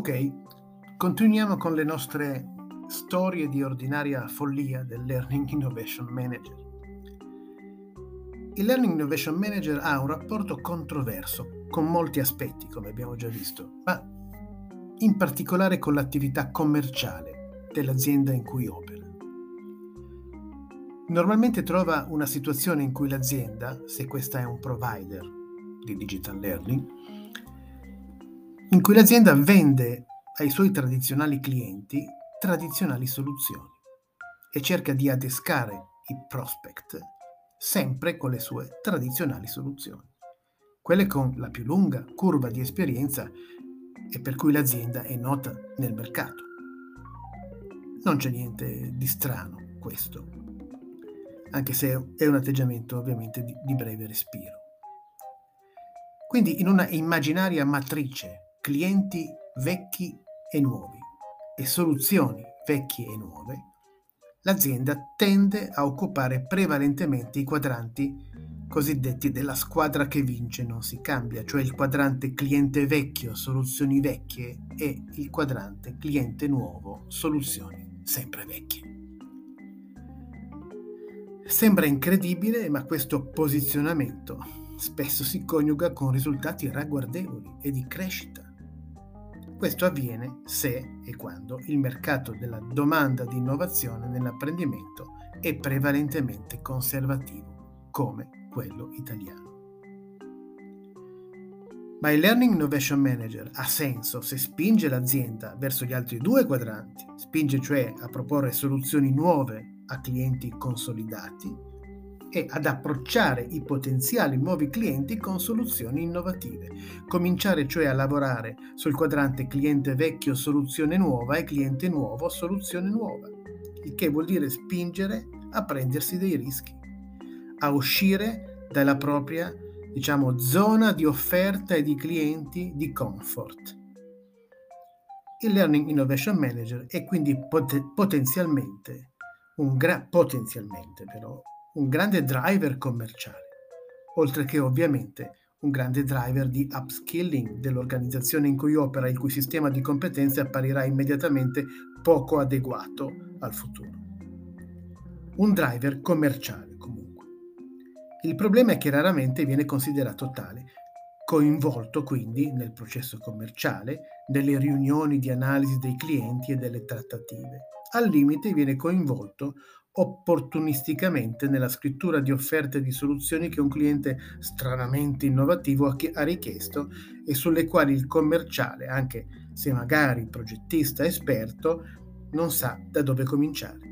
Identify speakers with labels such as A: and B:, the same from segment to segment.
A: Ok, continuiamo con le nostre storie di ordinaria follia del Learning Innovation Manager. Il Learning Innovation Manager ha un rapporto controverso con molti aspetti, come abbiamo già visto, ma in particolare con l'attività commerciale dell'azienda in cui opera. Normalmente trova una situazione in cui l'azienda, se questa è un provider di digital learning, in cui l'azienda vende ai suoi tradizionali clienti tradizionali soluzioni e cerca di adescare i prospect sempre con le sue tradizionali soluzioni, quelle con la più lunga curva di esperienza e per cui l'azienda è nota nel mercato. Non c'è niente di strano questo, anche se è un atteggiamento ovviamente di breve respiro. Quindi in una immaginaria matrice, clienti vecchi e nuovi e soluzioni vecchie e nuove, l'azienda tende a occupare prevalentemente i quadranti cosiddetti della squadra che vince non si cambia, cioè il quadrante cliente vecchio, soluzioni vecchie, e il quadrante cliente nuovo, soluzioni sempre vecchie. Sembra incredibile, ma questo posizionamento spesso si coniuga con risultati ragguardevoli e di crescita. Questo avviene se e quando il mercato della domanda di innovazione nell'apprendimento è prevalentemente conservativo, come quello italiano. Ma il Learning Innovation Manager ha senso se spinge l'azienda verso gli altri due quadranti, spinge cioè a proporre soluzioni nuove a clienti consolidati e ad approcciare i potenziali nuovi clienti con soluzioni innovative, cominciare cioè a lavorare sul quadrante cliente vecchio, soluzione nuova e cliente nuovo, soluzione nuova, il che vuol dire spingere a prendersi dei rischi, a uscire dalla propria, zona di offerta e di clienti di comfort. Il Learning Innovation Manager è quindi potenzialmente un grande driver commerciale, oltre che ovviamente un grande driver di upskilling dell'organizzazione in cui opera, il cui sistema di competenze apparirà immediatamente poco adeguato al futuro. Un driver commerciale comunque. Il problema è che raramente viene considerato tale, coinvolto quindi nel processo commerciale, nelle riunioni di analisi dei clienti e delle trattative. Al limite viene coinvolto opportunisticamente nella scrittura di offerte di soluzioni che un cliente stranamente innovativo ha richiesto e sulle quali il commerciale, anche se magari progettista esperto, non sa da dove cominciare.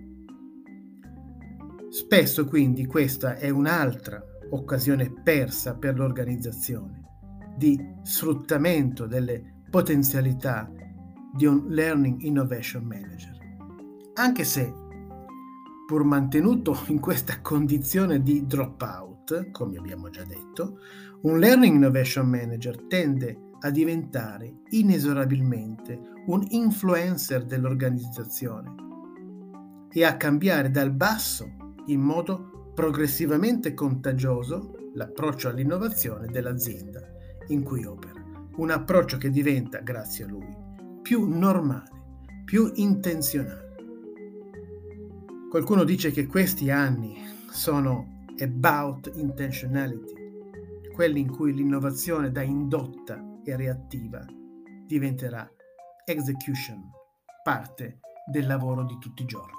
A: Spesso quindi questa è un'altra occasione persa per l'organizzazione di sfruttamento delle potenzialità di un Learning Innovation Manager. Anche se, pur mantenuto in questa condizione di dropout, come abbiamo già detto, un Learning Innovation Manager tende a diventare inesorabilmente un influencer dell'organizzazione e a cambiare dal basso in modo progressivamente contagioso l'approccio all'innovazione dell'azienda in cui opera. Un approccio che diventa, grazie a lui, più normale, più intenzionale. Qualcuno dice che questi anni sono about intentionality, quelli in cui l'innovazione da indotta e reattiva diventerà execution, parte del lavoro di tutti i giorni.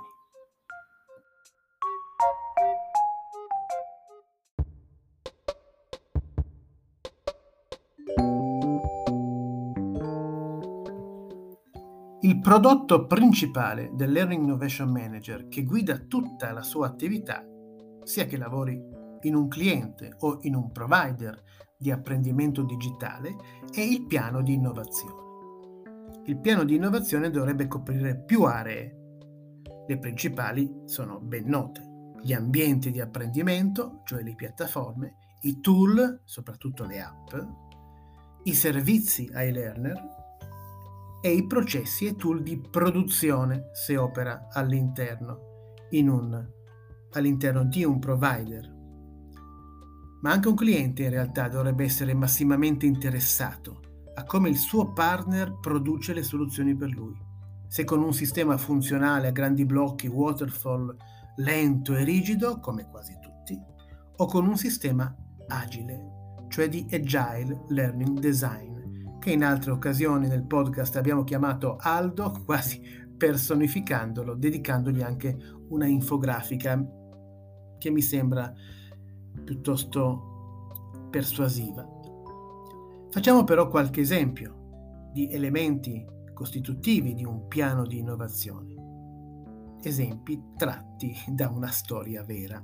A: Il prodotto principale del Learning Innovation Manager che guida tutta la sua attività, sia che lavori in un cliente o in un provider di apprendimento digitale, è il piano di innovazione. Il piano di innovazione dovrebbe coprire più aree. Le principali sono ben note: gli ambienti di apprendimento, cioè le piattaforme, i tool, soprattutto le app, i servizi ai learner e i processi e tool di produzione se opera all'interno di un provider. Ma anche un cliente in realtà dovrebbe essere massimamente interessato a come il suo partner produce le soluzioni per lui. Se con un sistema funzionale a grandi blocchi waterfall lento e rigido, come quasi tutti, o con un sistema agile, cioè di Agile Learning Design, che in altre occasioni nel podcast abbiamo chiamato ALDO, quasi personificandolo, dedicandogli anche una infografica che mi sembra piuttosto persuasiva. Facciamo però qualche esempio di elementi costitutivi di un piano di innovazione. Esempi tratti da una storia vera.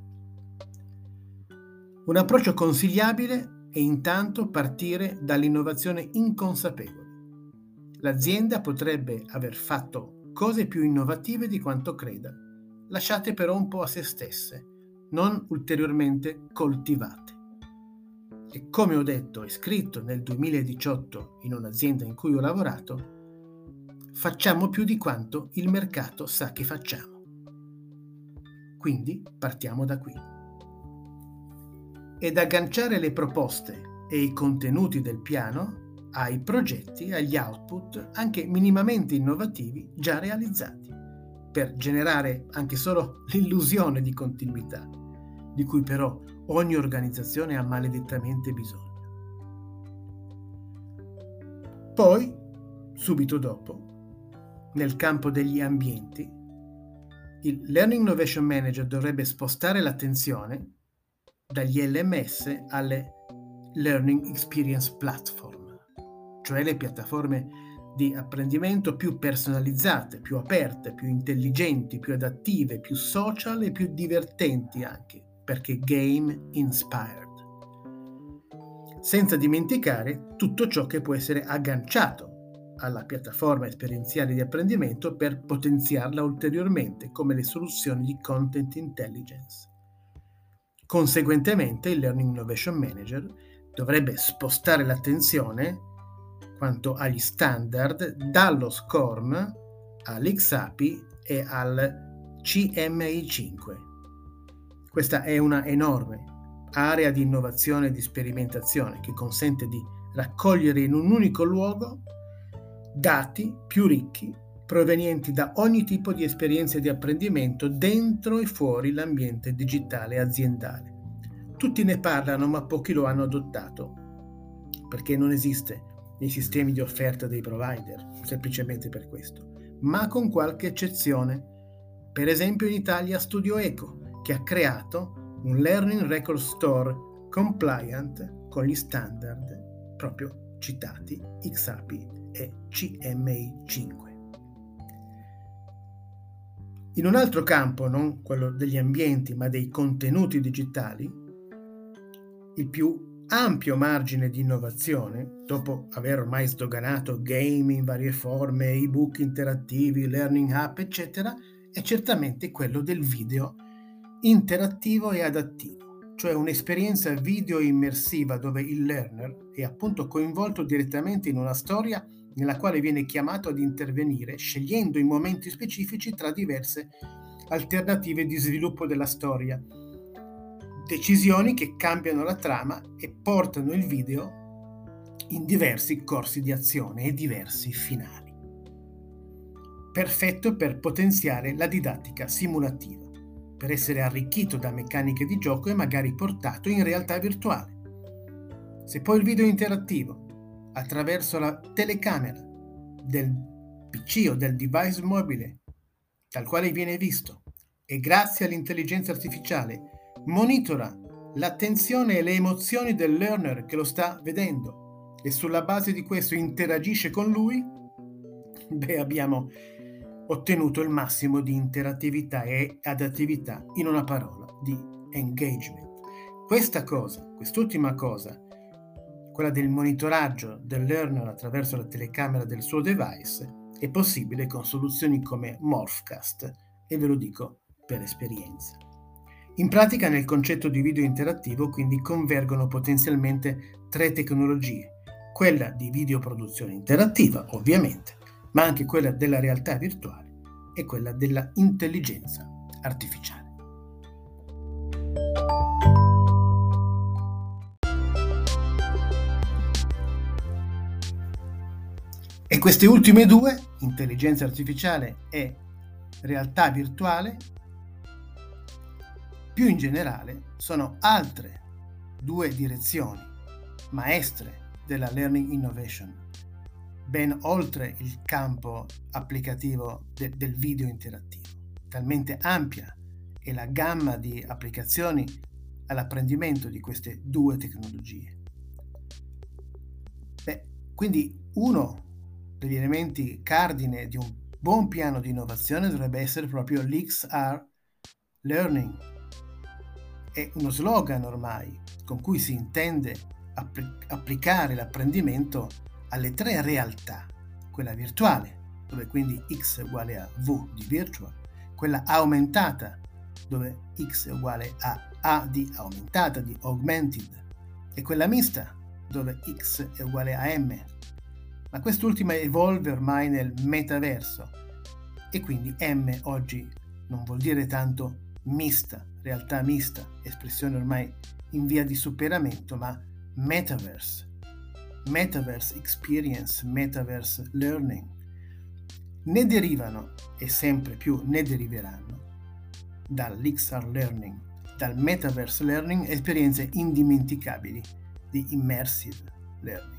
A: Un approccio consigliabile è intanto partire dall'innovazione inconsapevole. L'azienda potrebbe aver fatto cose più innovative di quanto creda, lasciate però un po' a se stesse, non ulteriormente coltivate. E come ho detto e scritto nel 2018 in un'azienda in cui ho lavorato, facciamo più di quanto il mercato sa che facciamo. Quindi partiamo da qui. Ed agganciare le proposte e i contenuti del piano ai progetti, agli output anche minimamente innovativi già realizzati, per generare anche solo l'illusione di continuità, di cui però ogni organizzazione ha maledettamente bisogno. Poi, subito dopo, nel campo degli ambienti, il Learning Innovation Manager dovrebbe spostare l'attenzione dagli LMS alle Learning Experience Platform, cioè le piattaforme di apprendimento più personalizzate, più aperte, più intelligenti, più adattive, più social e più divertenti anche, perché game inspired. Senza dimenticare tutto ciò che può essere agganciato alla piattaforma esperienziale di apprendimento per potenziarla ulteriormente, come le soluzioni di content intelligence. Conseguentemente, il Learning Innovation Manager dovrebbe spostare l'attenzione quanto agli standard dallo SCORM all'XAPI e al CMI5. Questa è una enorme area di innovazione e di sperimentazione che consente di raccogliere in un unico luogo dati più ricchi provenienti da ogni tipo di esperienze di apprendimento dentro e fuori l'ambiente digitale aziendale. Tutti ne parlano, ma pochi lo hanno adottato, perché non esiste nei sistemi di offerta dei provider, semplicemente per questo, ma con qualche eccezione. Per esempio in Italia Studio Eco, che ha creato un Learning Record Store compliant con gli standard proprio citati XAPI e CMI5. In un altro campo, non quello degli ambienti, ma dei contenuti digitali, il più ampio margine di innovazione, dopo aver ormai sdoganato game in varie forme, ebook interattivi, learning app, eccetera, è certamente quello del video interattivo e adattivo, cioè un'esperienza video immersiva dove il learner è appunto coinvolto direttamente in una storia nella quale viene chiamato ad intervenire, scegliendo in momenti specifici tra diverse alternative di sviluppo della storia. Decisioni che cambiano la trama e portano il video in diversi corsi di azione e diversi finali. Perfetto per potenziare la didattica simulativa, per essere arricchito da meccaniche di gioco e magari portato in realtà virtuale. Se poi il video interattivo, attraverso la telecamera del PC o del device mobile dal quale viene visto e grazie all'intelligenza artificiale monitora l'attenzione e le emozioni del learner che lo sta vedendo e sulla base di questo interagisce con lui, abbiamo ottenuto il massimo di interattività e adattività, in una parola, di engagement. Quest'ultima cosa, quella del monitoraggio del learner attraverso la telecamera del suo device, è possibile con soluzioni come Morphcast, e ve lo dico per esperienza. In pratica, nel concetto di video interattivo quindi convergono potenzialmente 3 tecnologie: quella di videoproduzione interattiva, ovviamente, ma anche quella della realtà virtuale e quella della intelligenza artificiale. E queste ultime due, intelligenza artificiale e realtà virtuale, più in generale, sono altre due direzioni maestre della Learning Innovation, ben oltre il campo applicativo del video interattivo. Talmente ampia è la gamma di applicazioni all'apprendimento di queste due tecnologie. Quindi uno degli elementi cardine di un buon piano di innovazione dovrebbe essere proprio l'XR Learning. È uno slogan ormai con cui si intende applicare l'apprendimento alle tre realtà: quella virtuale, dove quindi X è uguale a V di virtual, quella aumentata, dove X è uguale a A di aumentata, di augmented, e quella mista, dove X è uguale a M. Ma quest'ultima evolve ormai nel metaverso, e quindi M oggi non vuol dire tanto mista, realtà mista, espressione ormai in via di superamento, ma metaverse, metaverse experience, metaverse learning. Ne derivano, e sempre più ne deriveranno, dall'XR learning, dal metaverse learning, esperienze indimenticabili di immersive learning.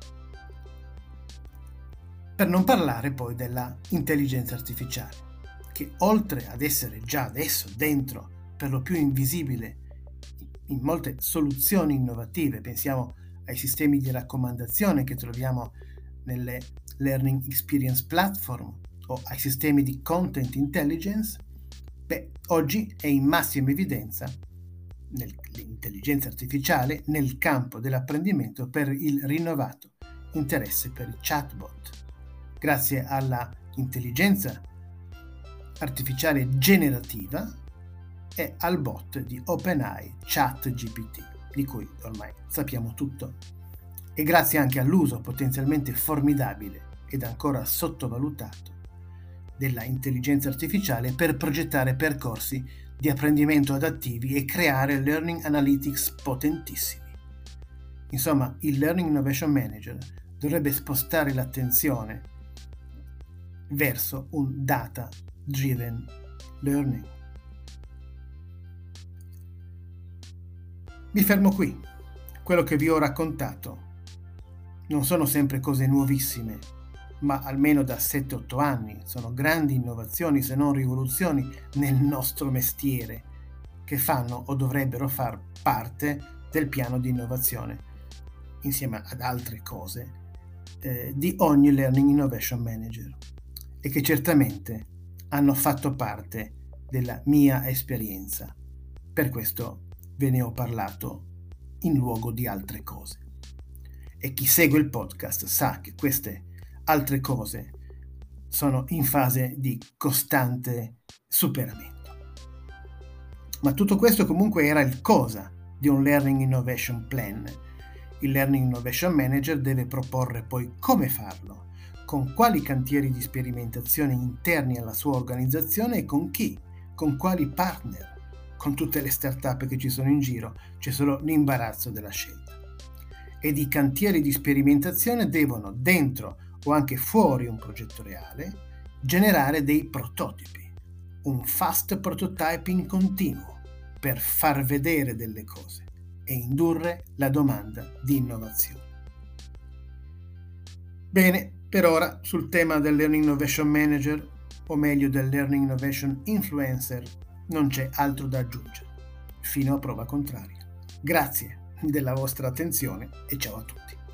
A: Per non parlare poi della intelligenza artificiale, che oltre ad essere già adesso dentro, per lo più invisibile, in molte soluzioni innovative, pensiamo ai sistemi di raccomandazione che troviamo nelle Learning Experience Platform o ai sistemi di Content Intelligence, oggi è in massima evidenza l'intelligenza artificiale nel campo dell'apprendimento per il rinnovato interesse per i chatbot, grazie alla intelligenza artificiale generativa e al bot di OpenAI ChatGPT, di cui ormai sappiamo tutto, e grazie anche all'uso potenzialmente formidabile ed ancora sottovalutato della intelligenza artificiale per progettare percorsi di apprendimento adattivi e creare learning analytics potentissimi. Insomma, il Learning Innovation Manager dovrebbe spostare l'attenzione verso un data-driven learning. Mi fermo qui. Quello che vi ho raccontato non sono sempre cose nuovissime, ma almeno da 7-8 anni sono grandi innovazioni, se non rivoluzioni, nel nostro mestiere, che fanno o dovrebbero far parte del piano di innovazione, insieme ad altre cose, di ogni Learning Innovation Manager, e che certamente hanno fatto parte della mia esperienza. Per questo ve ne ho parlato in luogo di altre cose. E chi segue il podcast sa che queste altre cose sono in fase di costante superamento. Ma tutto questo comunque era il cosa di un Learning Innovation Plan. Il Learning Innovation Manager deve proporre poi come farlo, con quali cantieri di sperimentazione interni alla sua organizzazione e con chi, con quali partner. Con tutte le start-up che ci sono in giro, c'è solo l'imbarazzo della scelta. Ed i cantieri di sperimentazione devono, dentro o anche fuori un progetto reale, generare dei prototipi, un fast prototyping continuo per far vedere delle cose e indurre la domanda di innovazione. Bene, per ora sul tema del Learning Innovation Manager, o meglio del Learning Innovation Influencer, non c'è altro da aggiungere, fino a prova contraria. Grazie della vostra attenzione e ciao a tutti.